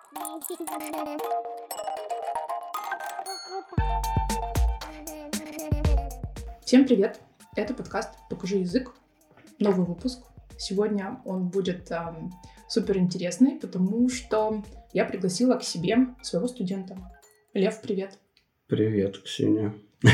Всем привет! Это подкаст «Покажи язык», новый выпуск. Сегодня он будет супер интересный, потому что я пригласила к себе своего студента. Лев, привет! Привет, Ксения.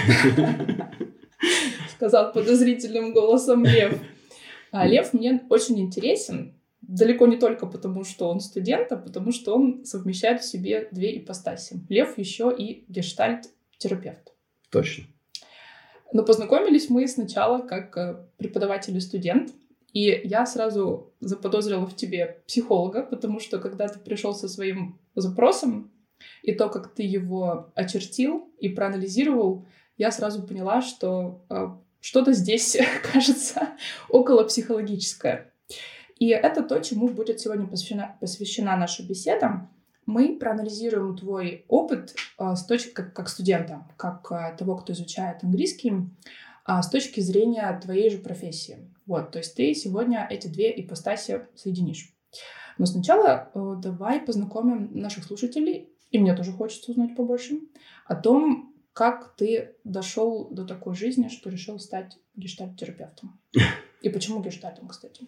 Сказал подозрительным голосом Лев. Лев мне очень интересен, далеко не только потому, что он студент, а потому что он совмещает в себе две ипостаси. Лев еще и гештальт-терапевт. Точно. Но познакомились мы сначала как преподаватель и студент, и я сразу заподозрила в тебе психолога, потому что когда ты пришел со своим запросом, и то, как ты его очертил и проанализировал, я сразу поняла, что что-то здесь кажется около психологическое. И это то, чему будет сегодня посвящена наша беседа. Мы проанализируем твой опыт с точки как студента, как того, кто изучает английский, с точки зрения твоей же профессии. Вот, то есть ты сегодня эти две ипостаси соединишь. Но сначала давай познакомим наших слушателей, и мне тоже хочется узнать побольше, о том, как ты дошел до такой жизни, что решил стать гештальт-терапевтом. И почему гештальтом, кстати?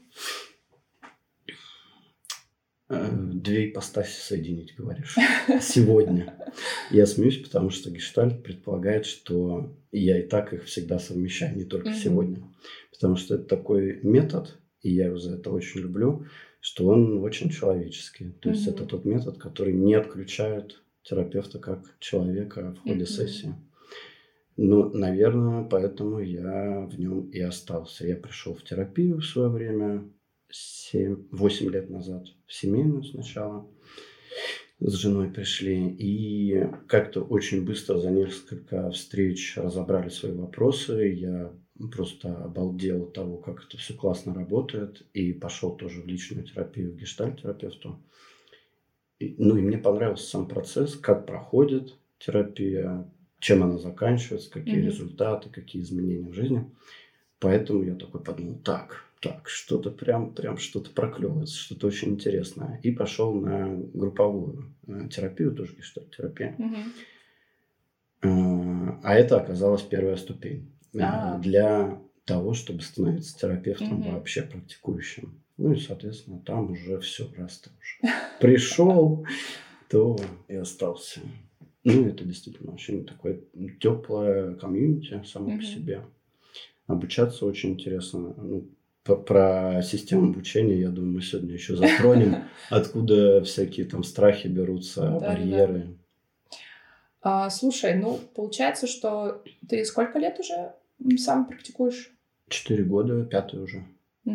Две ипостаси соединить, говоришь, сегодня. Я смеюсь, потому что гештальт предполагает, что я и так их всегда совмещаю, не только сегодня. Потому что это такой метод, и я его за это очень люблю, что он очень человеческий. То есть это тот метод, который не отключает терапевта как человека в ходе сессии. Ну, наверное, поэтому я в нем и остался. Я пришел в терапию в свое время, 8 лет назад, в семейную сначала. С женой пришли. И как-то очень быстро за несколько встреч разобрали свои вопросы. Я просто обалдел от того, как это все классно работает. И пошел тоже в личную терапию к гештальт-терапевту. И мне понравился сам процесс, как проходит терапия, чем она заканчивается, какие результаты, какие изменения в жизни. Поэтому я такой подумал, так, что-то прям что-то проклевывается, что-то очень интересное. И пошел на групповую терапию, тоже гештальт-терапия. А это оказалась первая ступень для того, чтобы становиться терапевтом вообще практикующим. Ну и, соответственно, там уже все, раз ты уже пришел, то и остался. Ну, это действительно очень такое теплое комьюнити само по себе. Обучаться очень интересно. Про систему обучения, я думаю, мы сегодня еще затронем, откуда всякие там страхи берутся, барьеры. Слушай, получается, что ты сколько лет уже сам практикуешь? 4 года, 5-й уже.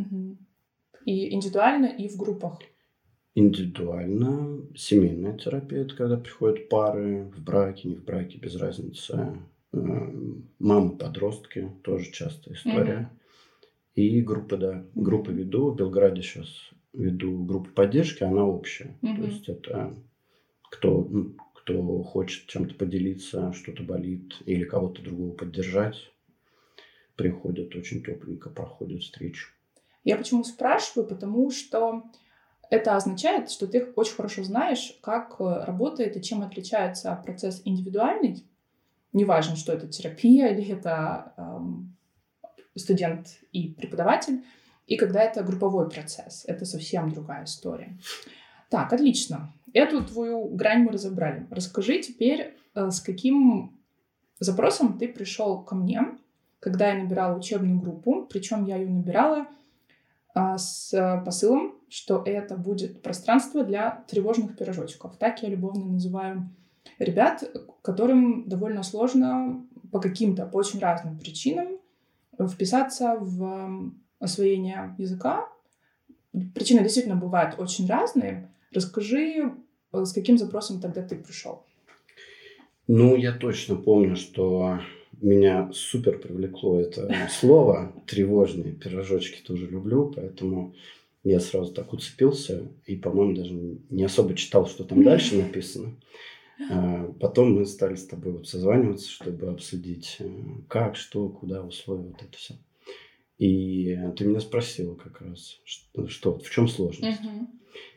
И индивидуально, и в группах? Индивидуально. Семейная терапия, это когда приходят пары, в браке, не в браке, без разницы. Мамы-подростки, тоже частая история. И группы, да. Группы веду. В Белграде сейчас веду группу поддержки, она общая. То есть это кто хочет чем-то поделиться, что-то болит, или кого-то другого поддержать. Приходят очень тепленько, проходят встречу. Я почему спрашиваю? Потому что это означает, что ты очень хорошо знаешь, как работает и чем отличается процесс индивидуальный. Неважно, что это терапия или это студент и преподаватель. И когда это групповой процесс. Это совсем другая история. Так, отлично. Эту твою грань мы разобрали. Расскажи теперь, с каким запросом ты пришел ко мне, когда я набирала учебную группу. Причем я ее набирала с посылом, что это будет пространство для тревожных пирожочков. Так я любовно называю ребят, которым довольно сложно по очень разным причинам вписаться в освоение языка. Причины действительно бывают очень разные. Расскажи, с каким запросом тогда ты пришел? Я точно помню, что меня супер привлекло это слово. Тревожные пирожочки тоже люблю, поэтому я сразу так уцепился и, по-моему, даже не особо читал, что там дальше написано. Потом мы стали с тобой созваниваться, чтобы обсудить, как, что, куда, условия, вот это все. И ты меня спросила как раз, что в чем сложность.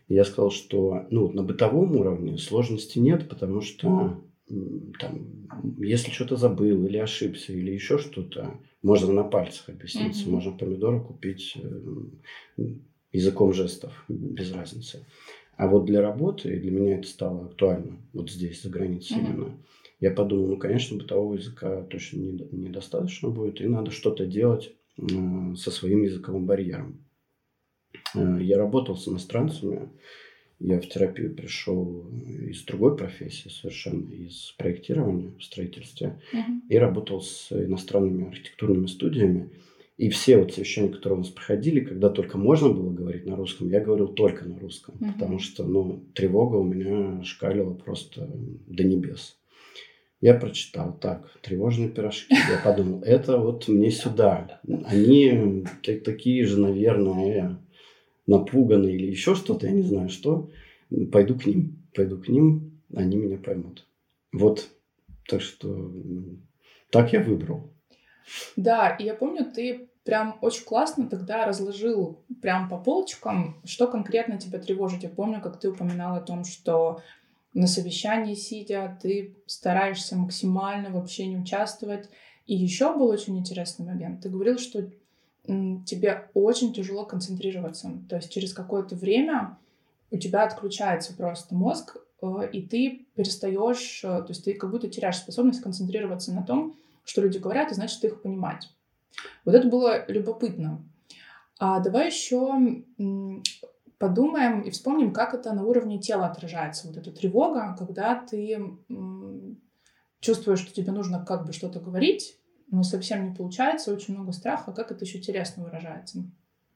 И я сказал, что на бытовом уровне сложности нет, потому что если что-то забыл или ошибся, или еще что-то, можно на пальцах объясниться. Можно помидоры купить языком жестов, без разницы. А вот для работы, и для меня это стало актуально, вот здесь, за границей именно, я подумал, конечно, бытового языка точно недостаточно будет, и надо что-то делать со своим языковым барьером. Я работал с иностранцами, я в терапию пришел из другой профессии совершенно, из проектирования в строительстве, и работал с иностранными архитектурными студиями. И все вот совещания, которые у нас проходили, когда только можно было говорить на русском, я говорил только на русском, потому что тревога у меня шкалила просто до небес. Я прочитал, тревожные пирожки. Я подумал, это вот мне сюда. Они такие же, наверное, напуганные или еще что-то, я не знаю что. Пойду к ним, они меня поймут. Вот, так что так я выбрал. Да, и я помню, ты прям очень классно тогда разложил прям по полочкам, что конкретно тебя тревожит. Я помню, как ты упоминал о том, что на совещании сидя, ты стараешься максимально вообще не участвовать. И еще был очень интересный момент. Ты говорил, что тебе очень тяжело концентрироваться. То есть через какое-то время у тебя отключается просто мозг, и ты перестаешь, то есть ты как будто теряешь способность концентрироваться на том, что люди говорят, и значит их понимать. Вот это было любопытно. А давай еще подумаем и вспомним, как это на уровне тела отражается. Вот эта тревога, когда ты чувствуешь, что тебе нужно как бы что-то говорить, но совсем не получается, очень много страха. Как это еще телесно выражается?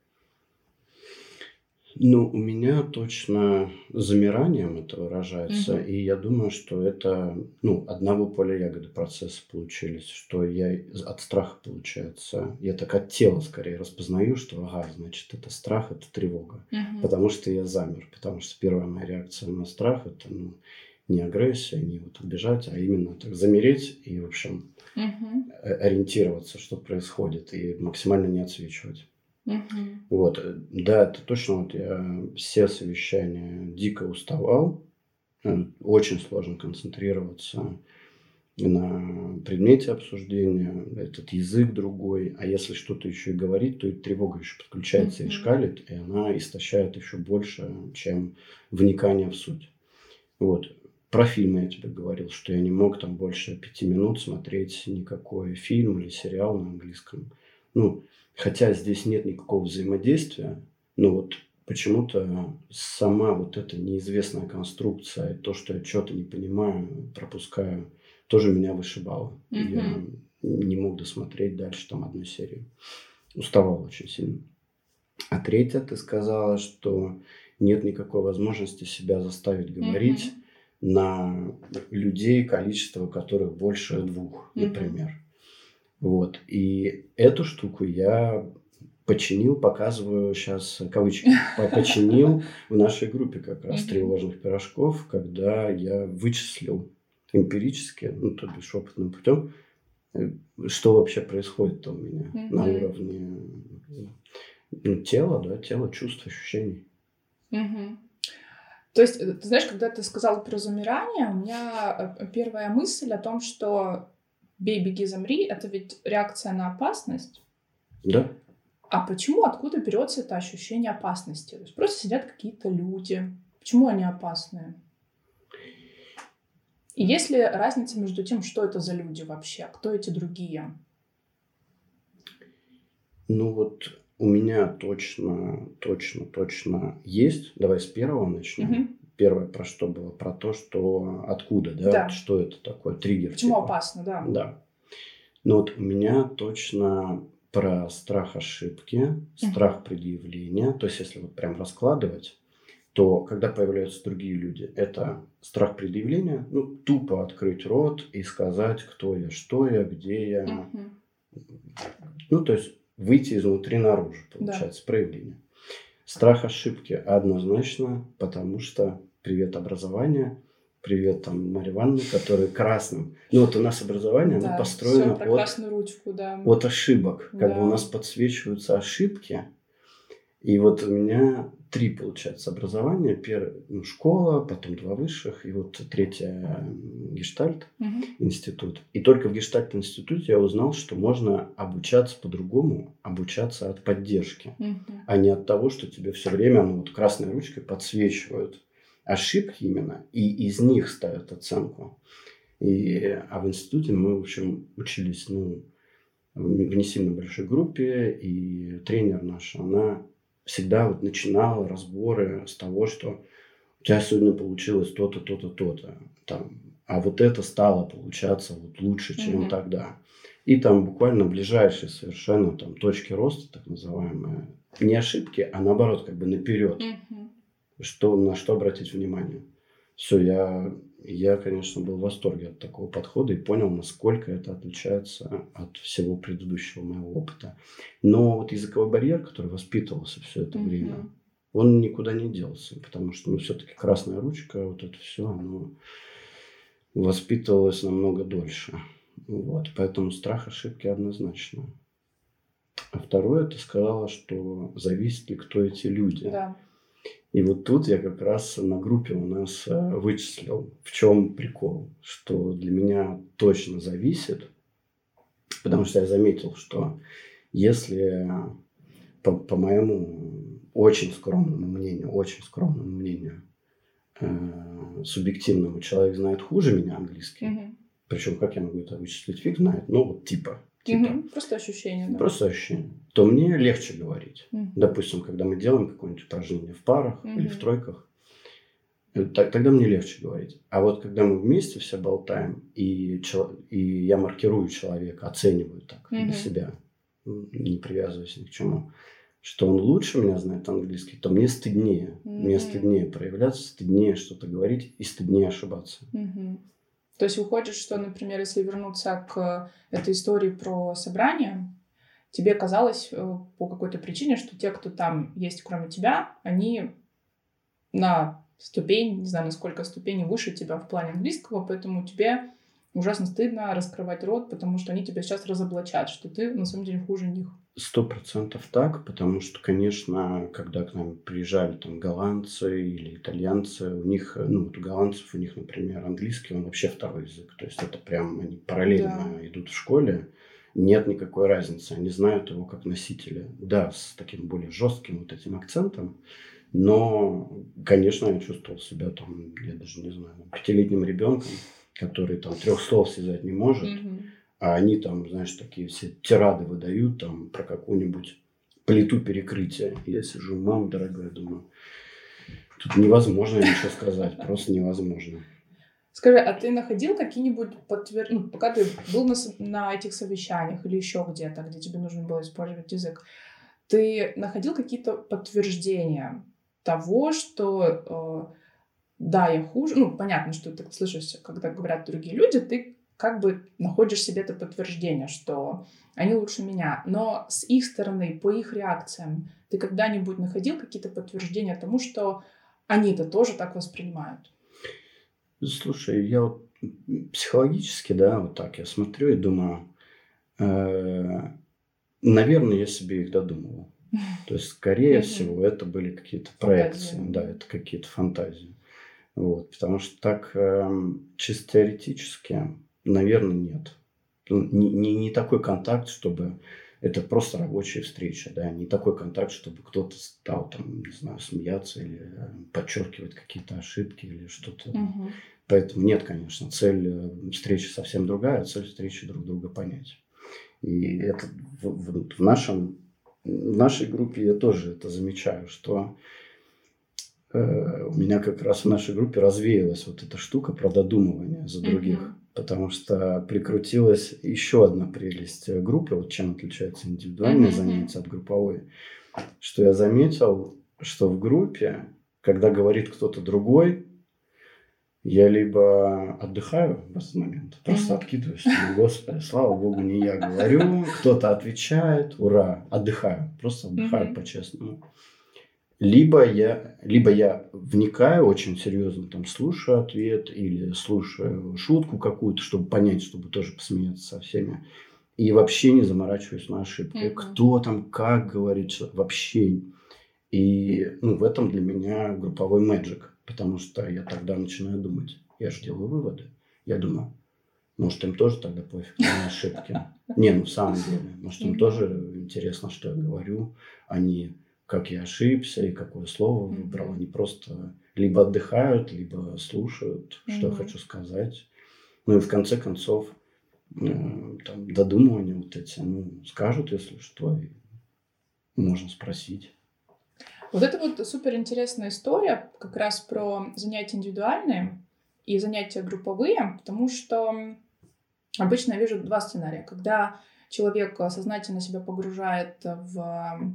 У меня точно замиранием это выражается. И я думаю, что это одного поля ягоды процесса получились, что я от страха, получается, я так от тела скорее распознаю, что значит, это страх, это тревога. Потому что я замер. Потому что первая моя реакция на страх это не агрессия, не вот убежать, а именно так замереть и, в общем, ориентироваться, что происходит, и максимально не отсвечивать. Вот, да, это точно. Вот я все совещания дико уставал, очень сложно концентрироваться на предмете обсуждения, этот язык другой, а если что-то еще и говорить, то и тревога еще подключается и шкалит, и она истощает еще больше, чем вникание в суть. Вот. Про фильмы я тебе говорил, что я не мог там больше 5 минут смотреть никакой фильм или сериал на английском. Хотя здесь нет никакого взаимодействия, но вот почему-то сама вот эта неизвестная конструкция, то, что я что-то не понимаю, пропускаю, тоже меня вышибало. Я не мог досмотреть дальше там одну серию. Уставал очень сильно. А третья, ты сказала, что нет никакой возможности себя заставить говорить на людей, количество которых больше 2, например. Вот. И эту штуку я починил, показываю сейчас кавычки, починил в нашей группе как раз тревожных пирожков, когда я вычислил эмпирически, то бишь опытным путем, что вообще происходит у меня на уровне тела, тела, чувств, ощущений. То есть, ты знаешь, когда ты сказала про замирание, у меня первая мысль о том, что «бей, беги, замри» — это ведь реакция на опасность. Да. А почему, откуда берется это ощущение опасности? То есть просто сидят какие-то люди. Почему они опасные? И есть ли разница между тем, что это за люди вообще, кто эти другие? Вот у меня точно есть. Давай с первого начнем. Первое про что было? Про то, что откуда, да? Вот что это такое, триггер. Почему опасно, да. Да. Вот у меня точно про страх ошибки, страх предъявления. То есть, если вот прям раскладывать, то когда появляются другие люди, это страх предъявления, тупо открыть рот и сказать, кто я, что я, где я. То есть выйти изнутри наружу, получается, проявление. Страх ошибки однозначно, потому что привет образование, привет там Марья Ивановна, который красным. Вот у нас образование, оно построено от ошибок. Как бы у нас подсвечиваются ошибки. И вот у меня 3, получается, образования. Школа, потом 2 высших, и вот 3 гештальт институт. И только в гештальт-институте я узнал, что можно обучаться по-другому, обучаться от поддержки, а не от того, что тебе все время вот красной ручкой подсвечивают ошибки именно, и из них ставят оценку. А в институте мы, в общем, учились в не сильно большой группе, и тренер наша, она всегда вот начинала разборы с того, что у тебя сегодня получилось то-то, то-то, то-то, там, а вот это стало получаться вот лучше, чем тогда. И там буквально ближайшие совершенно там точки роста, так называемые, не ошибки, а наоборот, как бы наперед. На что обратить внимание. Все, я, конечно, был в восторге от такого подхода и понял, насколько это отличается от всего предыдущего моего опыта. Но вот языковой барьер, который воспитывался все это время, он никуда не делся, потому что, все-таки красная ручка, вот это все, оно воспитывалось намного дольше. Вот, поэтому страх ошибки однозначно. А второе, ты сказала, что зависит ли кто эти люди. Да. И вот тут я как раз на группе у нас вычислил, в чем прикол, что для меня точно зависит, потому что я заметил, что если по моему очень скромному мнению, субъективному, человек знает хуже меня английский, причем как я могу это вычислить, фиг знает, вот типа. Просто ощущение. Да. Просто ощущение. То мне легче говорить. Допустим, когда мы делаем какое-нибудь упражнение в парах или в тройках, тогда мне легче говорить. А вот когда мы вместе все болтаем, и я маркирую человека, оцениваю так для себя, не привязываясь ни к чему, что он лучше меня знает английский, то мне стыднее. Мне стыднее проявляться, стыднее что-то говорить и стыднее ошибаться. То есть выходит, что, например, если вернуться к этой истории про собрание, тебе казалось по какой-то причине, что те, кто там есть кроме тебя, они на ступень, не знаю, на сколько ступеней выше тебя в плане английского, поэтому тебе ужасно стыдно раскрывать рот, потому что они тебя сейчас разоблачат, что ты на самом деле хуже них. 100% так, потому что, конечно, когда к нам приезжали там голландцы или итальянцы, у них, у голландцев, у них, например, английский, он вообще второй язык. То есть это прям они параллельно идут в школе, нет никакой разницы, они знают его как носители. Да, с таким более жестким вот этим акцентом, но, конечно, я чувствовал себя там, я даже не знаю, 5-летним ребенком, который там 3 слов связать не может. А они там, знаешь, такие все тирады выдают там про какую-нибудь плиту перекрытия. Я сижу, мама дорогая, думаю, тут невозможно ничего сказать, просто невозможно. Скажи, а ты находил какие-нибудь подтверждения, пока ты был на этих совещаниях или еще где-то, где тебе нужно было использовать язык, ты находил какие-то подтверждения того, что да, я хуже, понятно, что ты слышишь, когда говорят другие люди, ты как бы находишь себе это подтверждение, что они лучше меня. Но с их стороны, по их реакциям, ты когда-нибудь находил какие-то подтверждения тому, что они-то тоже так воспринимают? Слушай, я вот психологически, да, вот так я смотрю и думаю, наверное, я себе их додумывал. То есть, скорее всего, это были какие-то проекции, да, это какие-то фантазии. Вот, потому что так чисто теоретически, наверное, нет. Не такой контакт, чтобы это просто рабочая встреча, да, не такой контакт, чтобы кто-то стал там, не знаю, смеяться или подчеркивать какие-то ошибки или что-то. Поэтому нет, конечно, цель встречи совсем другая, цель встречи друг друга понять. И это в нашей группе я тоже это замечаю, что у меня как раз в нашей группе развеялась вот эта штука про додумывание за других. Потому что прикрутилась еще одна прелесть группы, вот чем отличается индивидуальное занятие от групповой, что я заметил, что в группе, когда говорит кто-то другой, я либо отдыхаю в этот момент, просто откидываюсь, Господи, слава Богу, не я говорю, кто-то отвечает, ура, отдыхаю, просто отдыхаю по-честному. Либо я вникаю очень серьезно, там, слушаю ответ или слушаю шутку какую-то, чтобы понять, чтобы тоже посмеяться со всеми. И вообще не заморачиваюсь на ошибки. Кто там, как говорит, вообще. И в этом для меня групповой мэджик, потому что я тогда начинаю думать, я же делаю выводы. Я думаю, может, им тоже тогда пофиг на ошибки. В самом деле, может, им тоже интересно, что я говорю, а не как я ошибся и какое слово выбрал. Они просто либо отдыхают, либо слушают, что я хочу сказать. И в конце концов, там, додумывания вот эти, скажут, если что, и можно спросить. Вот это вот супер интересная история как раз про занятия индивидуальные и занятия групповые, потому что обычно я вижу два сценария. Когда человек сознательно себя погружает в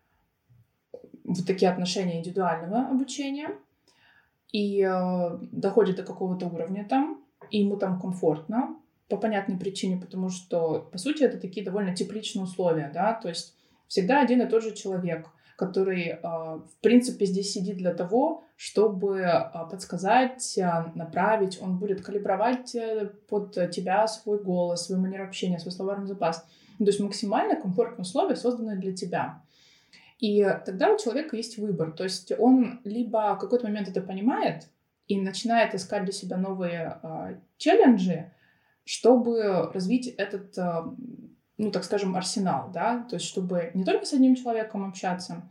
такие отношения индивидуального обучения и доходит до какого-то уровня там, и ему там комфортно по понятной причине, потому что, по сути, это такие довольно тепличные условия, да, то есть всегда один и тот же человек, который, в принципе, здесь сидит для того, чтобы подсказать, направить, он будет калибровать под тебя свой голос, свою манеру общения, свой словарный запас. То есть максимально комфортные условия созданы для тебя. И тогда у человека есть выбор. То есть он либо в какой-то момент это понимает и начинает искать для себя новые челленджи, чтобы развить этот, так скажем, арсенал, да, то есть чтобы не только с одним человеком общаться,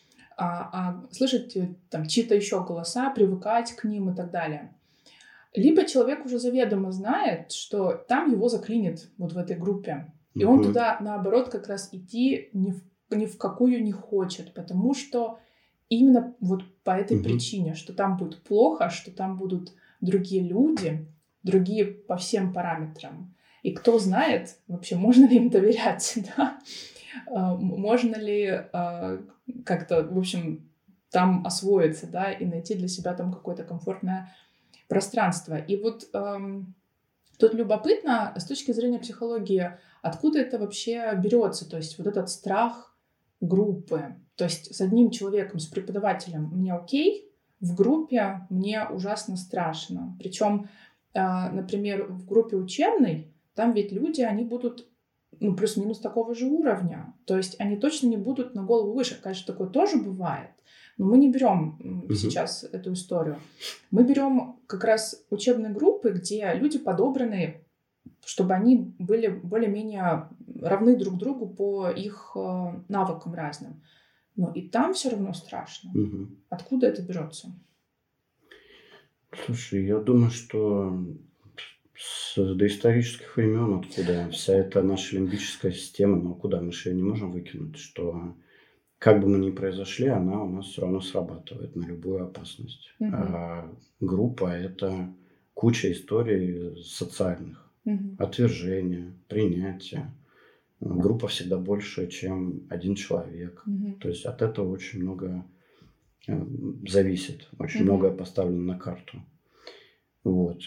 а слышать там чьи-то еще голоса, привыкать к ним и так далее. Либо человек уже заведомо знает, что там его заклинит вот в этой группе, и он туда, наоборот, как раз идти ни в какую не хочет, потому что именно вот по этой причине, что там будет плохо, что там будут другие люди, другие по всем параметрам. И кто знает, вообще, можно ли им доверять, да? Можно ли как-то, в общем, там освоиться, да, и найти для себя там какое-то комфортное пространство. И вот тут любопытно с точки зрения психологии, откуда это вообще берется, то есть вот этот страх группы. То есть с одним человеком, с преподавателем мне окей, в группе мне ужасно страшно. Причем, например, в группе учебной, там ведь люди, они будут плюс-минус такого же уровня. То есть они точно не будут на голову выше. Конечно, такое тоже бывает. Но мы не берем сейчас эту историю. Мы берем как раз учебные группы, где люди подобраны, чтобы они были более-менее равны друг другу по их навыкам разным. Но и там все равно страшно. Откуда это берется? Слушай, я думаю, что с доисторических времен, откуда вся эта наша лимбическая система, куда мы же ее не можем выкинуть, что как бы мы ни произошли, она у нас все равно срабатывает на любую опасность. А группа – это куча историй социальных. Отвержения, принятия. Группа всегда больше, чем один человек. То есть от этого очень много зависит, очень многое поставлено на карту. Вот.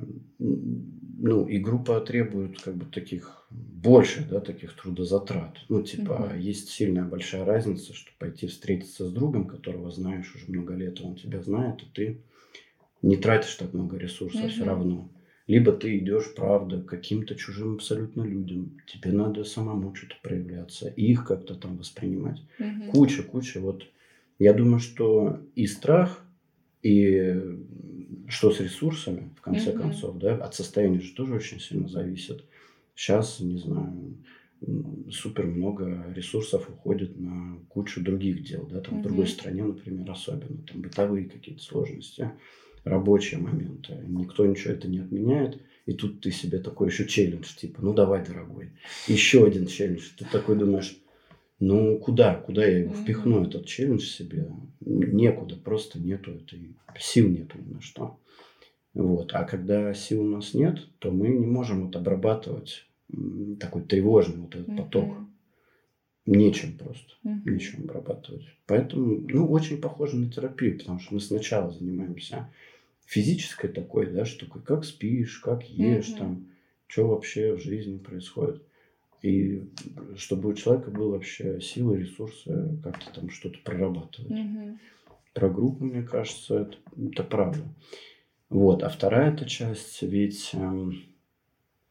И группа требует таких больше, да, таких трудозатрат. Есть сильная большая разница, что пойти встретиться с другом, которого знаешь уже много лет, он тебя знает, и ты не тратишь так много ресурсов все равно. Либо ты идешь, правда, к каким-то чужим абсолютно людям. Тебе надо самому что-то проявляться, и их как-то там воспринимать. Куча. Вот я думаю, что и страх, и что с ресурсами, в конце концов, да, от состояния же тоже очень сильно зависит. Сейчас, не знаю, супер много ресурсов уходит на кучу других дел, да, там в другой стране, например, особенно, там бытовые какие-то сложности, рабочие моменты. Никто ничего это не отменяет. И тут ты себе такой еще челлендж, типа, давай, дорогой, еще один челлендж. Ты такой думаешь, куда я его впихну, этот челлендж себе? Некуда, просто нету этой, сил нету ни на что. Вот. А когда сил у нас нет, то мы не можем обрабатывать такой тревожный вот этот поток. Нечем просто, нечем обрабатывать. Поэтому, очень похоже на терапию, потому что мы сначала занимаемся физической такой, да, штукой, как спишь, как ешь, там, что вообще в жизни происходит. И чтобы у человека было вообще силы, ресурсы как-то там что-то прорабатывать. Про группу, мне кажется, это правда. Вот. А вторая эта часть, ведь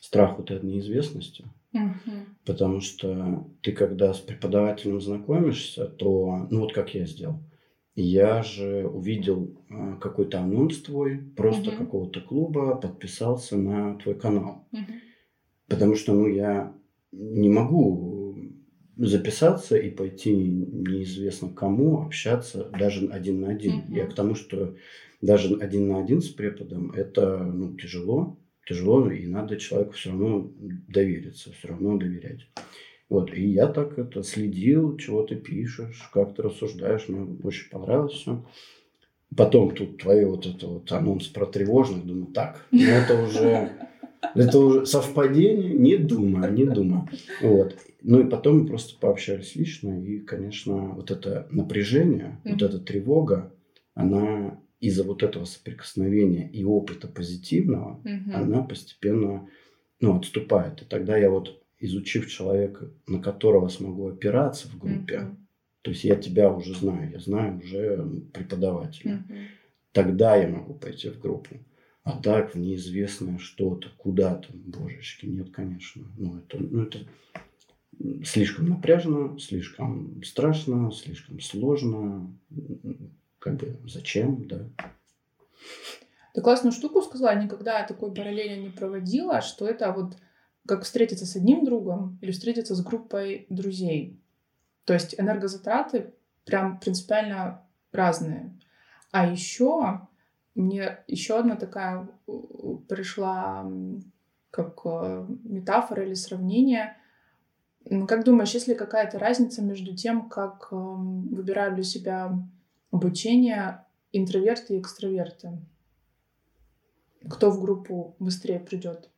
страх вот этой неизвестности. Потому что ты, когда с преподавателем знакомишься, то, ну вот как я сделал, я же увидел какой-то анонс твой, просто какого-то клуба, подписался на твой канал. Потому что, ну, я не могу записаться и пойти неизвестно кому общаться даже один на один. Я к тому, что даже один на один с преподом это, ну, тяжело, и надо человеку все равно довериться, все равно доверять. Вот, и я так это следил, чего ты пишешь, как ты рассуждаешь, мне очень понравилось все. Потом тут твои вот это вот анонс про тревожных, думаю, так, ну это уже совпадение, не думаю. Вот. Ну и потом мы просто пообщались лично, и, конечно, вот это напряжение, вот эта тревога, она из-за вот этого соприкосновения и опыта позитивного, она постепенно, ну, отступает. И тогда я вот, изучив человека, на которого смогу опираться в группе, то есть я тебя уже знаю, я знаю уже преподавателя, тогда я могу пойти в группу. А так, в неизвестное что-то, куда-то, божечки, нет, конечно. Ну, это слишком напряжно, слишком страшно, слишком сложно. Как бы зачем, да? Ты классную штуку сказала, никогда такой параллели не проводила, что это вот как встретиться с одним другом или встретиться с группой друзей. То есть энергозатраты прям принципиально разные. А еще мне еще одна такая пришла как метафора или сравнение. Как думаешь, есть ли какая-то разница между тем, как выбирают для себя обучение интроверты и экстраверты? Кто в группу быстрее придет?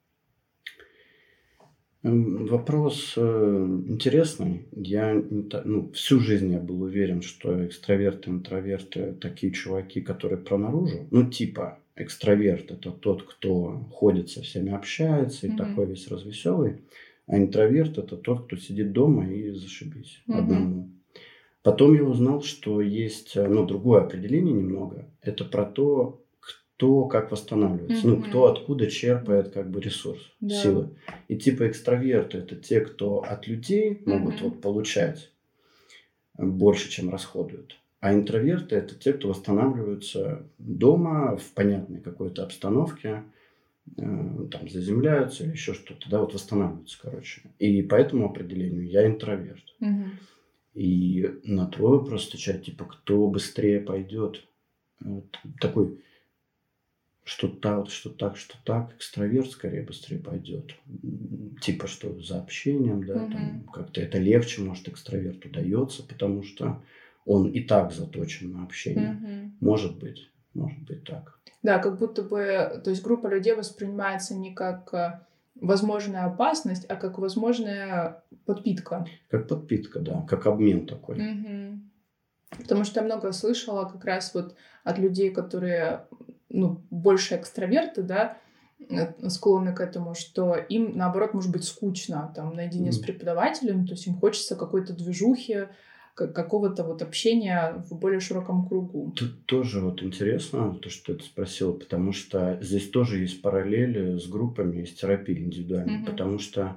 Вопрос интересный. Я всю жизнь я был уверен, что экстраверты, интроверты такие чуваки, которые про наружу. Ну, типа экстраверт это тот, кто ходит со всеми, общается и такой весь развеселый. А интроверт это тот, кто сидит дома и зашибись одному. Потом я узнал, что есть другое определение немного. Это про то, кто как восстанавливается. Ну, кто откуда черпает как бы ресурс, силы. И типа экстраверты это те, кто от людей могут вот получать больше, чем расходуют. А интроверты это те, кто восстанавливаются дома в понятной какой-то обстановке, там заземляются или еще что-то, да, вот восстанавливаются, короче. И по этому определению я интроверт. И на твой вопрос отвечать, типа, кто быстрее пойдет, такой, что так, экстраверт скорее быстрее пойдет. Типа, что за общением, да, там как-то это легче, может, экстраверту дается, потому что он и так заточен на общение. Может быть так. Да, как будто бы, то есть группа людей воспринимается не как возможная опасность, а как возможная подпитка. Как подпитка, да, как обмен такой. Потому что я много слышала как раз вот от людей, которые, больше экстраверты, да, склонны к этому, что им, наоборот, может быть скучно там наедине с преподавателем, то есть им хочется какой-то движухи, какого-то вот общения в более широком кругу. Тут тоже вот интересно, то, что ты спросила, потому что здесь тоже есть параллели с группами из терапии индивидуальной, потому что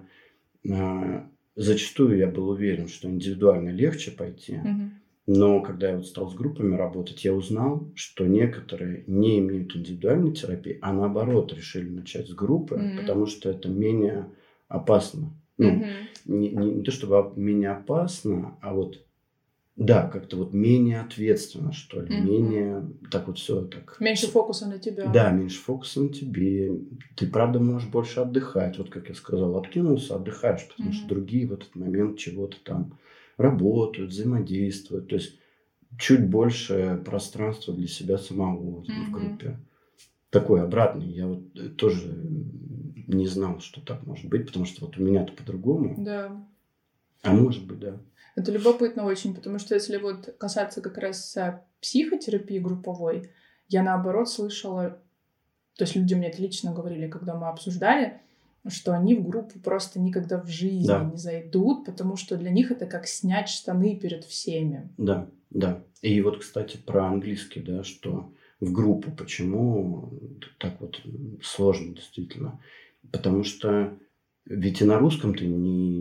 зачастую я был уверен, что индивидуально легче пойти, но когда я вот стал с группами работать, я узнал, что некоторые не имеют индивидуальной терапии, а наоборот решили начать с группы, потому что это менее опасно. Не то чтобы менее опасно, а вот да, как-то вот менее ответственно, что ли, менее так вот все так. Меньше фокуса на тебя. Да, меньше фокуса на тебе. Ты, правда, можешь больше отдыхать. Вот как я сказал, откинулся, отдыхаешь, потому что другие в этот момент чего-то там работают, взаимодействуют. То есть чуть больше пространства для себя самого в группе. Такой обратный. Я вот тоже не знал, что так может быть, потому что вот у меня-то по-другому. Да. А может быть, да. Это любопытно очень, потому что если вот касаться как раз психотерапии групповой, я наоборот слышала, то есть люди мне это лично говорили, когда мы обсуждали, что они в группу просто никогда в жизни не зайдут, потому что для них это как снять штаны перед всеми. Да. И вот, кстати, про английский, да, что в группу почему так вот сложно действительно. Потому что ведь и на русском ты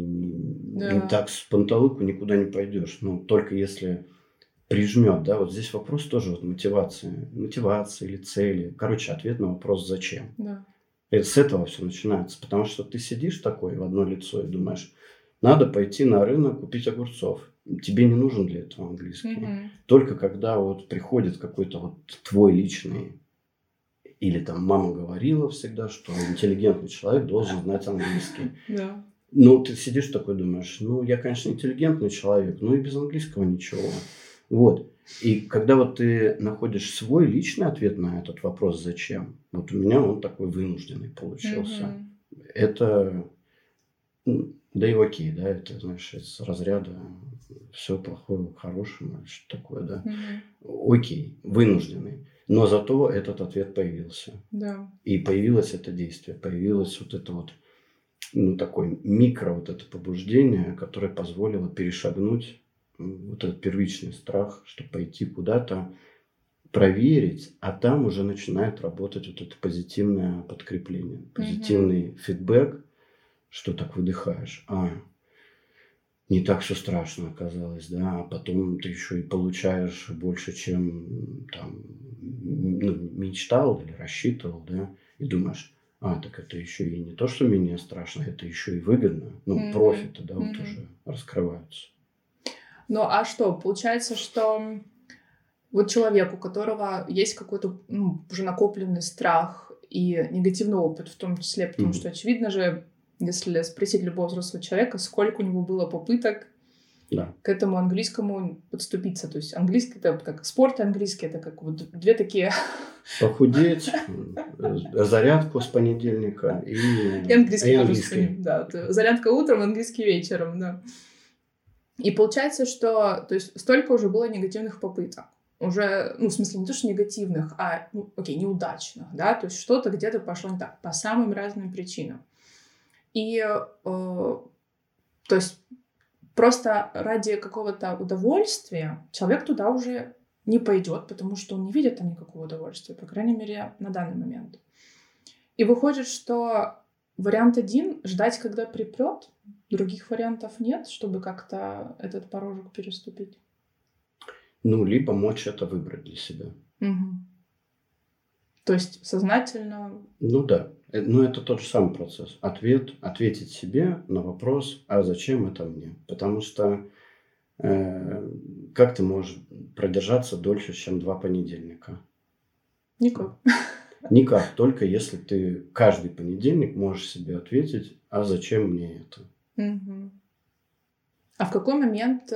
не так с панталыку никуда не пойдешь. Ну, только если прижмет, да, вот здесь вопрос тоже вот мотивации или цели. Короче, ответ на вопрос «зачем?». Да. И с этого все начинается, потому что ты сидишь такой в одно лицо и думаешь, надо пойти на рынок купить огурцов. Тебе не нужен для этого английский. Только когда вот приходит какой-то вот твой личный, или там мама говорила всегда, что интеллигентный человек должен знать английский. Да. Ну, ты сидишь такой, думаешь, ну, я, конечно, интеллигентный человек, но и без английского ничего. Вот. И когда вот ты находишь свой личный ответ на этот вопрос «зачем?», вот у меня он такой вынужденный получился. Это, да и окей, да, это, знаешь, из разряда все плохое к хорошему, или что такое, да. Окей, вынужденный. Но зато этот ответ появился. Да. И появилось это действие, появилось вот это вот, ну, такое микро вот это побуждение, которое позволило перешагнуть вот этот первичный страх, чтобы пойти куда-то, проверить, а там уже начинает работать вот это позитивное подкрепление, позитивный фидбэк, что так выдыхаешь. Не так все страшно оказалось, да, а потом ты еще и получаешь больше, чем там мечтал или рассчитывал, да, и думаешь, так это еще и не то, что менее страшно, это еще и выгодно, профиты, да, вот уже раскрываются. Ну, а что, получается, что вот человек, у которого есть какой-то уже накопленный страх и негативный опыт, в том числе, потому что, очевидно же, если спросить любого взрослого человека, сколько у него было попыток к этому английскому подступиться. То есть английский — это как спорт, английский — это как вот две такие... Похудеть, зарядку с понедельника и английский. Да, зарядка утром, английский вечером, да. И получается, что то есть столько уже было негативных попыток. Уже, в смысле, не то, что негативных, а, неудачных, да, то есть что-то где-то пошло не так, по самым разным причинам. И, то есть, просто ради какого-то удовольствия человек туда уже не пойдет, потому что он не видит там никакого удовольствия, по крайней мере, на данный момент. И выходит, что вариант 1 — ждать, когда припрет, других вариантов нет, чтобы как-то этот порожек переступить. Либо мочь это выбрать для себя. То есть сознательно... Да. Это тот же самый процесс. Ответить себе на вопрос, а зачем это мне? Потому что как ты можешь продержаться дольше, чем 2 понедельника? Никак. Никак, только если ты каждый понедельник можешь себе ответить, а зачем мне это? А в какой момент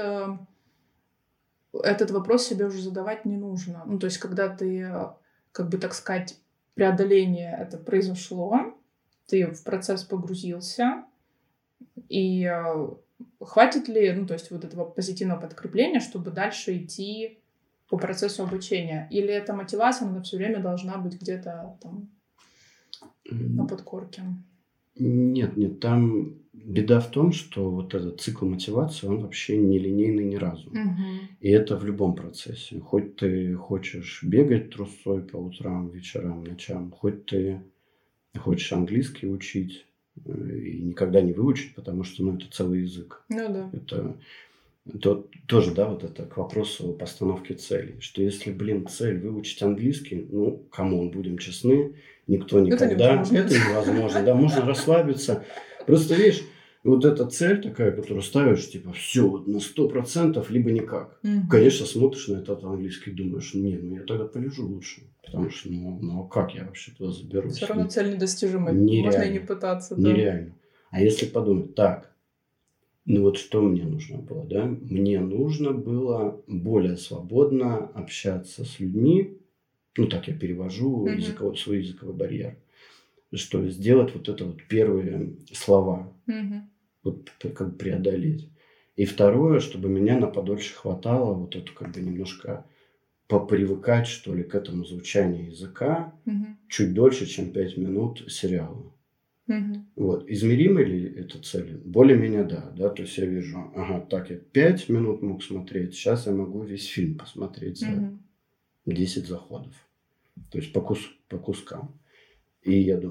этот вопрос себе уже задавать не нужно? То есть когда ты, как бы так сказать, преодоление это произошло, ты в процесс погрузился, и хватит ли, то есть вот этого позитивного подкрепления, чтобы дальше идти по процессу обучения? Или эта мотивация, она все время должна быть где-то там на подкорке? Нет, там беда в том, что вот этот цикл мотивации, он вообще не линейный ни разу. И это в любом процессе. Хоть ты хочешь бегать трусой по утрам, вечерам, ночам, хоть ты хочешь английский учить и никогда не выучить, потому что, это целый язык. Да. Это тоже, да, вот это к вопросу постановки целей. Что если, цель выучить английский, камон, будем честны, никто никогда... Это невозможно. Да, можно расслабиться. Просто, видишь, вот эта цель такая, которую ставишь, типа, все, вот на 100%, либо никак. Конечно, смотришь на этот английский и думаешь, я тогда полежу лучше. Потому что, а как я вообще туда заберусь? Все равно цель недостижимая. Нереально. Можно и не пытаться. Нереально. А если подумать, так, что мне нужно было, да? Мне нужно было более свободно общаться с людьми. Так я перевожу свой языковой барьер. Что сделать вот это вот первые слова. Вот как бы преодолеть. И второе, чтобы меня на подольше хватало вот это как бы немножко попривыкать, что ли, к этому звучанию языка чуть дольше, чем 5 минут сериала. Вот. Измеримы ли это цели? Более-менее да. То есть я вижу, так я 5 минут мог смотреть, сейчас я могу весь фильм посмотреть за 10 заходов. То есть по кускам. И я думаю,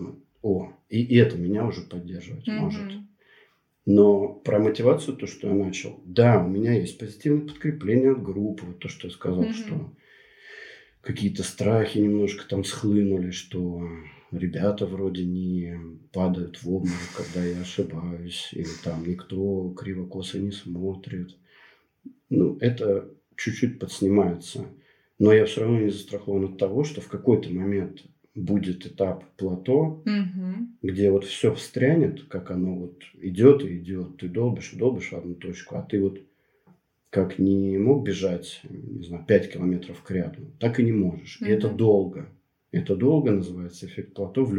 и это меня уже поддерживать может. Но про мотивацию, то, что я начал, да, у меня есть позитивное подкрепление от группы, вот то, что я сказал, что какие-то страхи немножко там схлынули, что ребята вроде не падают в обморок, когда я ошибаюсь, или там никто криво-косо не смотрит. Ну, это чуть-чуть подснимается. Но я все равно не застрахован от того, что в какой-то момент будет этап плато, где вот все встрянет, как оно вот идет и идет. Ты долбишь в одну точку, а ты вот как не мог бежать, не знаю, 5 километров к ряду, так и не можешь. И это долго. Это долго называется эффект плато в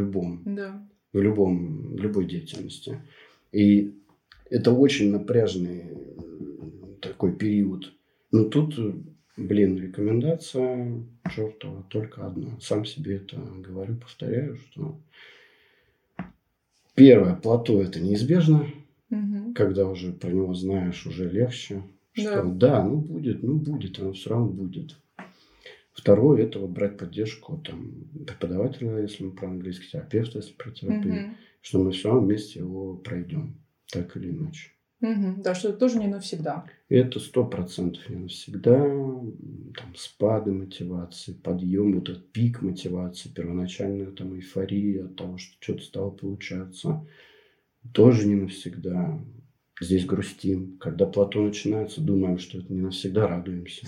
любой деятельности. И это очень напряжный такой период. Но тут, рекомендация чертова только одна. Сам себе это говорю, повторяю, что первое, плато это неизбежно. Когда уже про него знаешь, уже легче. Что будет, оно все равно будет. Второе, это вот брать поддержку там, преподавателя, если мы про английский, терапевта, если про терапию, что мы все равно вместе его пройдем, так или иначе. Да, что это тоже не навсегда. Это 100% не навсегда. Там, спады мотивации, подъем, вот этот пик мотивации, первоначальная там эйфория от того, что что-то стало получаться, тоже не навсегда. Здесь грустим. Когда плато начинается, думаем, что это не навсегда, радуемся.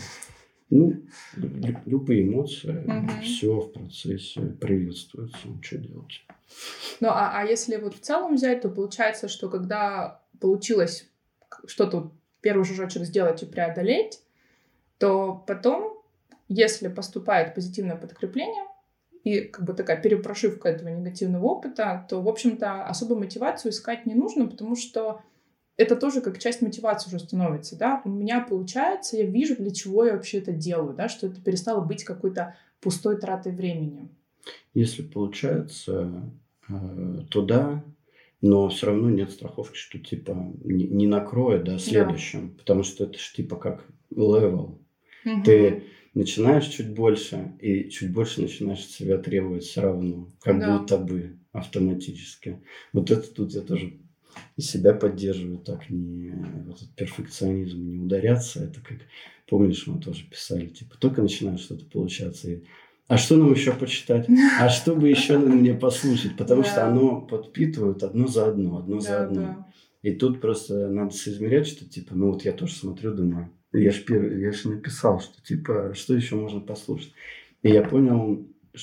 Любые эмоции, все в процессе приветствуется. Что делать? А если вот в целом взять, то получается, что когда получилось что-то, первый шажочек сделать и преодолеть, то потом, если поступает позитивное подкрепление и как бы такая перепрошивка этого негативного опыта, то, в общем-то, особо мотивацию искать не нужно, потому что это тоже как часть мотивации уже становится, да. У меня получается, я вижу, для чего я вообще это делаю, да, что это перестало быть какой-то пустой тратой времени. Если получается, то да, но все равно нет страховки, что типа не накроет, да, следующим, потому что это же типа как левел. Ты начинаешь чуть больше, и чуть больше начинаешь от себя требовать все равно, как будто бы автоматически. Вот это тут я тоже и себя поддерживаю, так не в этот перфекционизм не ударяться. Это как, помнишь, мы тоже писали, типа, только начинает что-то получаться. А что нам еще почитать? А что бы еще мне послушать? Потому что оно подпитывает одно за одно. И тут просто надо соизмерять, что типа, вот я тоже смотрю, думаю, я ж написал, что типа, что еще можно послушать? И я понял,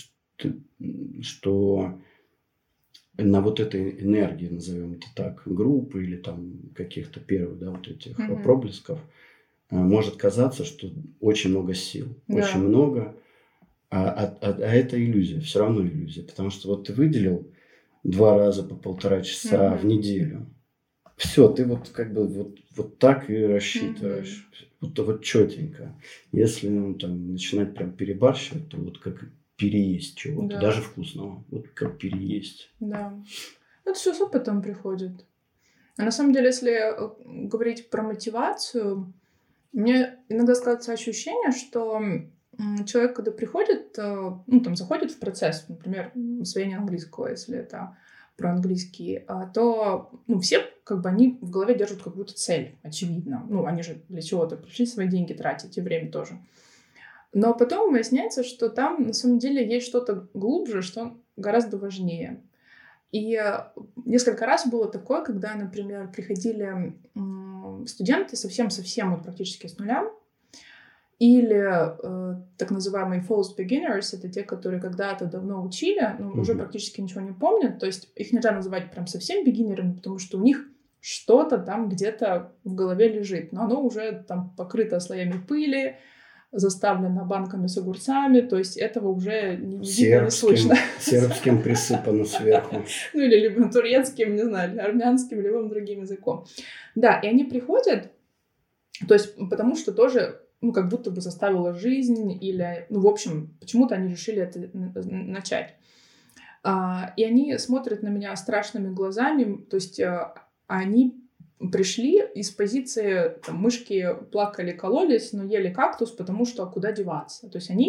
что на вот этой энергии, назовем это так, группы или там каких-то первых, да, вот этих проблесков, может казаться, что очень много сил, очень много, а это иллюзия, все равно иллюзия, потому что вот ты выделил 2 раза по 1,5 часа в неделю, все, ты вот как бы вот так и рассчитываешь, вот четенько. Если там начинать прям перебарщивать, то вот как переесть чего-то, даже вкусного. Вот как переесть. Да. Это все с опытом приходит. А на самом деле, если говорить про мотивацию, мне иногда складывается ощущение, что человек, когда приходит, там, заходит в процесс, например, освоения английского, если это про английский, то, все, как бы, они в голове держат какую-то цель, очевидно. Они же для чего-то пришли свои деньги тратить, и время тоже. Но потом выясняется, что там на самом деле есть что-то глубже, что гораздо важнее. И несколько раз было такое, когда, например, приходили студенты совсем-совсем вот практически с нуля, или так называемые false beginners, это те, которые когда-то давно учили, но уже практически ничего не помнят. То есть их нельзя называть прям совсем бигинерами, потому что у них что-то там где-то в голове лежит, но оно уже там покрыто слоями пыли, заставлено банками с огурцами, то есть этого уже не видно, не слышно. Сербским присыпано сверху. Или либо турецким, не знаю, или армянским, любым другим языком. Да, и они приходят, то есть потому что тоже, как будто бы заставила жизнь, или, в общем, почему-то они решили это начать. И они смотрят на меня страшными глазами, то есть они пришли из позиции, там, мышки плакали, кололись, но ели кактус, потому что куда деваться. То есть они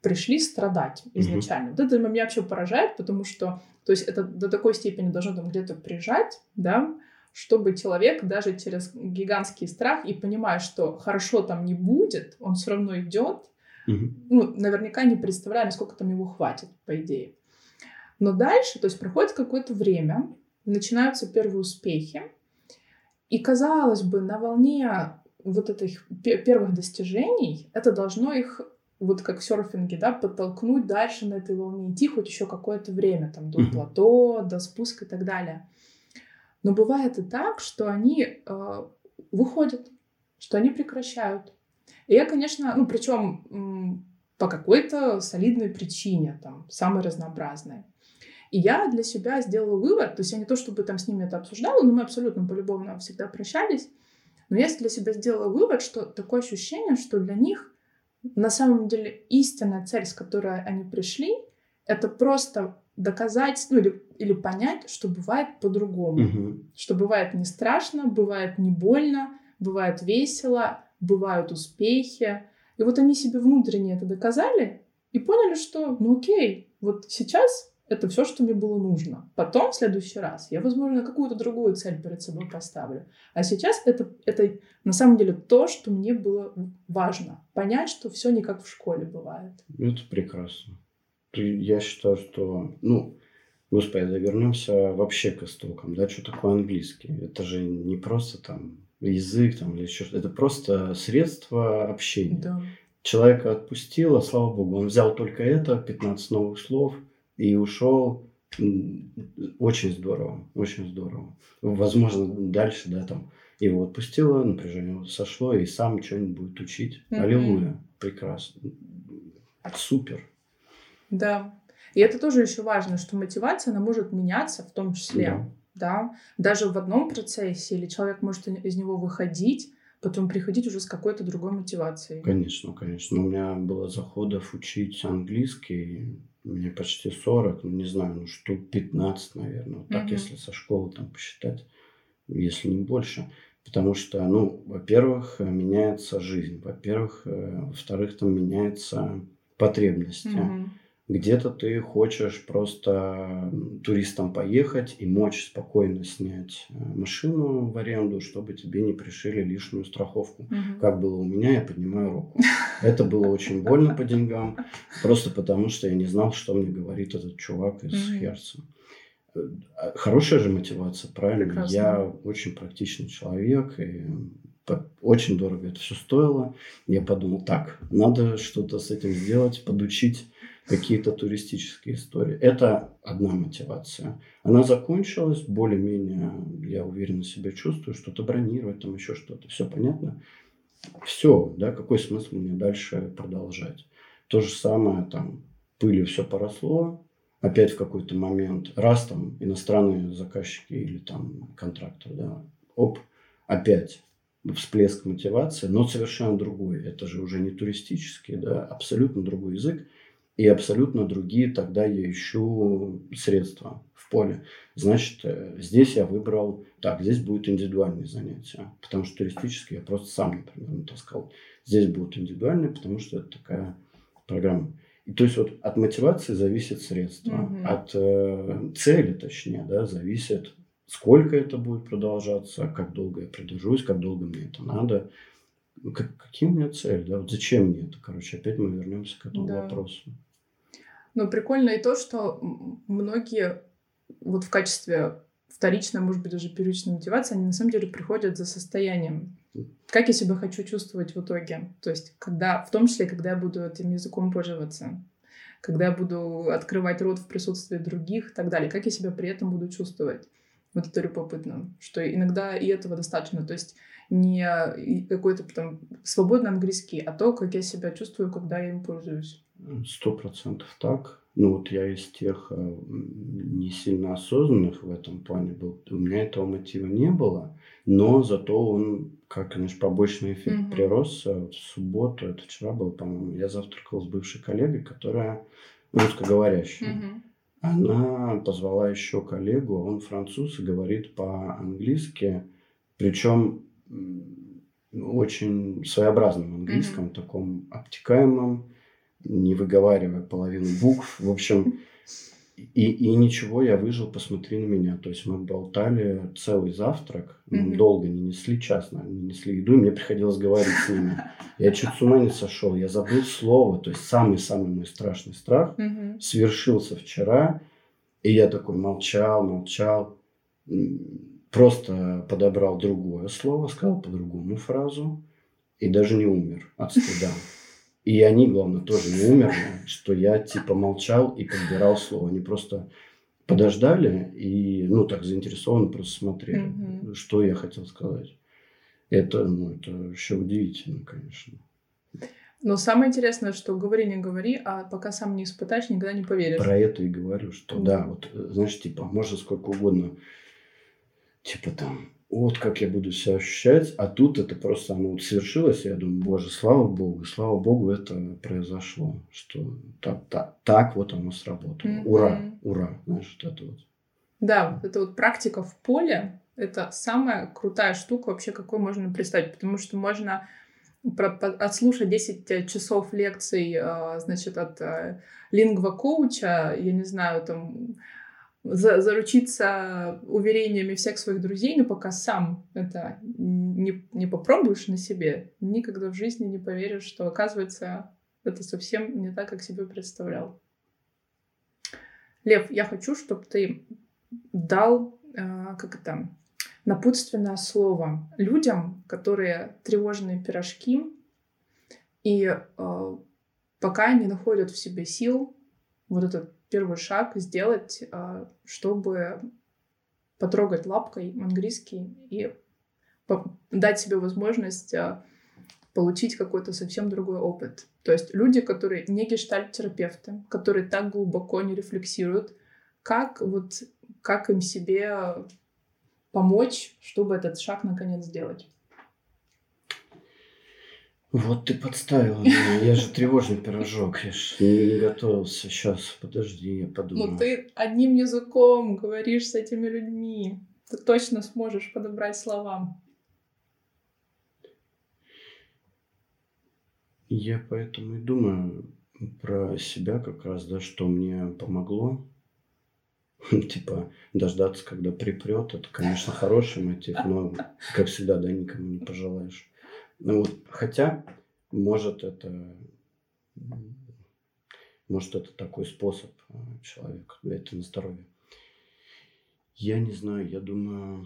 пришли страдать изначально. Вот это меня вообще поражает, потому что, то есть это до такой степени должно там где-то прижать, да, чтобы человек даже через гигантский страх и понимая, что хорошо там не будет, он все равно идет, ну, наверняка не представляя, насколько там его хватит, по идее. Но дальше, то есть проходит какое-то время, начинаются первые успехи, и, казалось бы, на волне вот этих первых достижений это должно их, вот как в серфинге, да, подтолкнуть дальше на этой волне, идти хоть еще какое-то время, там, до плато, до спуска и так далее. Но бывает и так, что они выходят, что они прекращают. И я, конечно, ну, причем по какой-то солидной причине, там, самой разнообразной. И я для себя сделала вывод, то есть я не то чтобы там с ними это обсуждала, но мы абсолютно полюбовно всегда прощались, но я для себя сделала вывод, что такое ощущение, что для них на самом деле истинная цель, с которой они пришли, это просто доказать, ну или понять, что бывает по-другому. Что бывает не страшно, бывает не больно, бывает весело, бывают успехи. И вот они себе внутренне это доказали и поняли, что ну окей, вот сейчас это все, что мне было нужно. Потом, в следующий раз, я, возможно, какую-то другую цель перед собой поставлю. А сейчас это на самом деле то, что мне было важно. Понять, что все не как в школе бывает. Это прекрасно. Я считаю, что... Ну, господи, да вернемся вообще к истокам. Да, что такое английский? Это же не просто там язык там, или еще что-то. Это просто средство общения. Да. Человека отпустило, слава богу. Он взял только это, 15 новых слов, и ушел. Очень здорово, очень здорово. Возможно, дальше, да, там его отпустило, напряжение сошло, и сам что-нибудь будет учить. Аллилуйя, прекрасно. Супер. Да. И это тоже еще важно, что мотивация, она может меняться в том числе. Да. Даже в одном процессе, или человек может из него выходить, потом приходить уже с какой-то другой мотивацией. Конечно, конечно. У меня было заходов учить английский, мне почти 40, ну, не знаю, ну, штук 15, наверное. Вот так, если со школы там посчитать, если не больше. Потому что, ну, во-первых, меняется жизнь. Во-вторых, там меняются потребности. Где-то ты хочешь просто туристом поехать и мочь спокойно снять машину в аренду, чтобы тебе не пришили лишнюю страховку. Как было у меня, я поднимаю руку. Это было очень больно по деньгам, просто потому что я не знал, что мне говорит этот чувак из Херца. Хорошая же мотивация, правильно? Прекрасно. Я очень практичный человек, и очень дорого это все стоило. Я подумал, так, надо что-то с этим сделать, подучить какие-то туристические истории. Это одна мотивация. Она закончилась, более-менее, я уверенно себя чувствую, что-то бронировать, там еще что-то. Все понятно? Все, да, какой смысл мне дальше продолжать? То же самое, там, пылью все поросло, опять в какой-то момент, раз там иностранные заказчики или там контракторы, да, опять всплеск мотивации, но совершенно другой. Это же уже не туристический, да, абсолютно другой язык. И абсолютно другие тогда я ищу средства в поле. Значит, здесь я выбрал... Так, здесь будут индивидуальные занятия. Потому что туристические я просто сам, например, натаскал. Здесь будут индивидуальные, потому что это такая программа. И то есть вот от мотивации зависит средства. От цели, точнее, да, зависит, сколько это будет продолжаться, как долго я продержусь, как долго мне это надо. Какие у меня цели, да? Вот зачем мне это? Короче, опять мы вернемся к этому вопросу. Ну, прикольно и то, что многие вот в качестве вторичной, может быть, даже первичной мотивации, они на самом деле приходят за состоянием. Как я себя хочу чувствовать в итоге? То есть, в том числе, когда я буду этим языком пользоваться, когда я буду открывать рот в присутствии других и так далее. Как я себя при этом буду чувствовать? Вот это любопытно, что иногда и этого достаточно. То есть не какой-то там свободный английский, а то, как я себя чувствую, когда я им пользуюсь. 100% так. Ну вот я из тех не сильно осознанных в этом плане был. У меня этого мотива не было, но зато он, как, конечно, побочный эффект прирос. Вот в субботу, это вчера было, по-моему, я завтракал с бывшей коллегой, которая русскоговорящая. Она позвала еще коллегу, он француз и говорит по-английски, причем очень своеобразном английском, таком обтекаемом. не выговаривая половину букв. В общем, и ничего, я выжил, посмотри на меня. То есть мы болтали целый завтрак, нам долго не несли, час, наверное, не несли еду, и мне приходилось говорить с ними. Я чуть с ума не сошел, я забыл слово. То есть самый-самый мой страшный страх свершился вчера, и я такой молчал, просто подобрал другое слово, сказал по-другому фразу, и даже не умер от стыда. И они, главное, тоже не умерли, что я типа молчал и подбирал слово. Они просто подождали и, так заинтересованно просто смотрели, что я хотел сказать. Это вообще удивительно, конечно. Но самое интересное, что говори, не говори, а пока сам не испытаешь, никогда не поверишь. Про это и говорю, что да, вот, знаешь, типа, можно сколько угодно, типа там, вот как я буду себя ощущать, а тут это просто оно свершилось, и я думаю, боже, слава Богу, это произошло, что так вот оно сработало. Ура, знаешь, вот это вот. Да, вот эта вот практика в поле, это самая крутая штука вообще, какой можно представить, потому что можно отслушать 10 часов лекций, значит, от лингва-коуча, я не знаю, там, заручиться уверениями всех своих друзей, но пока сам это не попробуешь на себе, никогда в жизни не поверишь, что, оказывается, это совсем не так, как себе представлял. Лев, я хочу, чтобы ты дал, напутственное слово людям, которые тревожные пирожки, и пока не находят в себе сил вот этот первый шаг сделать, чтобы потрогать лапкой английский и дать себе возможность получить какой-то совсем другой опыт. То есть люди, которые не гештальт-терапевты, которые так глубоко не рефлексируют, как им себе помочь, чтобы этот шаг наконец сделать. Вот ты подставила меня. Я же тревожный пирожок. Я же не готовился. Сейчас, подожди, я подумаю. Ну ты одним языком говоришь с этими людьми. Ты точно сможешь подобрать слова. Я поэтому и думаю про себя как раз, да, что мне помогло. Типа, дождаться, когда припрет, это, конечно, хороший мотив, но, как всегда, да, никому не пожелаешь. Хотя, может, это такой способ человека, это на здоровье. Я не знаю, я думаю,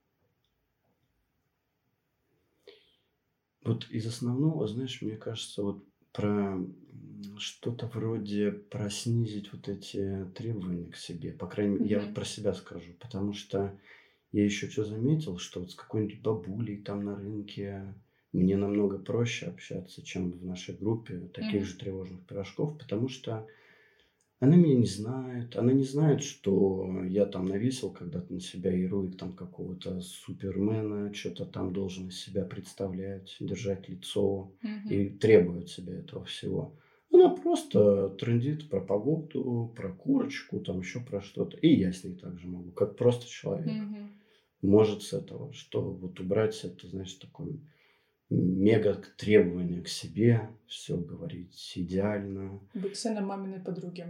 вот из основного, знаешь, мне кажется, вот про что-то вроде про снизить вот эти требования к себе. По крайней мере, я вот про себя скажу, потому что я еще что заметил, что вот с какой-нибудь бабулей там на рынке мне намного проще общаться, чем в нашей группе таких же тревожных пирожков, потому что она меня не знает, она не знает, что я там навесил когда-то на себя ярлык там какого-то супермена, что-то там должен из себя представлять, держать лицо и требует себе этого всего. Она просто трындит про погоду, про курочку, там еще про что-то. И я с ней также могу, как просто человек. Может с этого, что вот убрать это, знаешь, такое мега требование к себе, все говорить идеально. Быть сыном маминой подруги.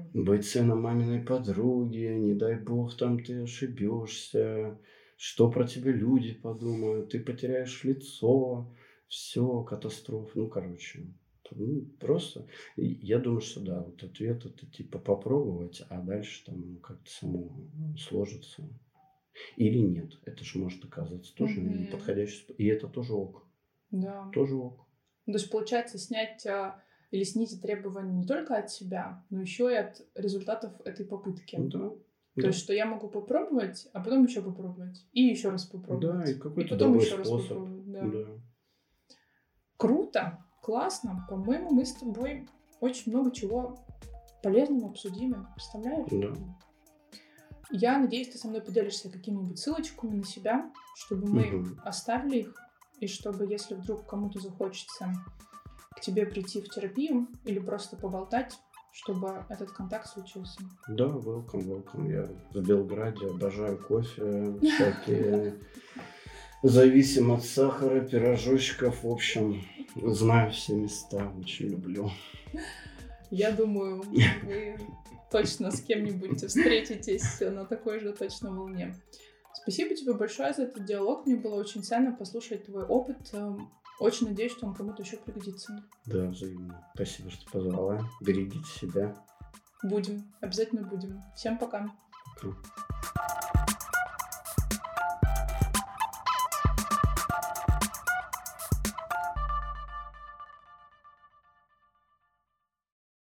Не дай бог, там ты ошибешься, что про тебя люди подумают, ты потеряешь лицо, все, катастрофа. Просто, я думаю, что да, вот ответ это типа попробовать, а дальше там как-то само сложится. Или нет, это же может оказаться тоже неподходящим, и это тоже ок. Да. Тоже ок. То есть, получается, снять или снизить требования не только от себя, но еще и от результатов этой попытки. Да. То есть, что я могу попробовать, а потом еще попробовать. И еще раз попробовать. Да, и какой-то потом другой еще раз способ. попробовать. Да. Круто, классно. По-моему, мы с тобой очень много чего полезного обсудили. Представляешь? Да. Я надеюсь, ты со мной поделишься какими-нибудь ссылочками на себя, чтобы мы оставили их, и чтобы, если вдруг кому-то захочется к тебе прийти в терапию или просто поболтать, чтобы этот контакт случился. Да, welcome. Я в Белграде обожаю кофе, всякие зависим от сахара, пирожочков, в общем, знаю все места, очень люблю. Я думаю, вы точно с кем-нибудь встретитесь на такой же точно волне. Спасибо тебе большое за этот диалог. Мне было очень ценно послушать твой опыт. Очень надеюсь, что он кому-то еще пригодится. Да, взаимно. Спасибо, что позвала. Берегите себя. Будем. Обязательно будем. Всем пока. Пока.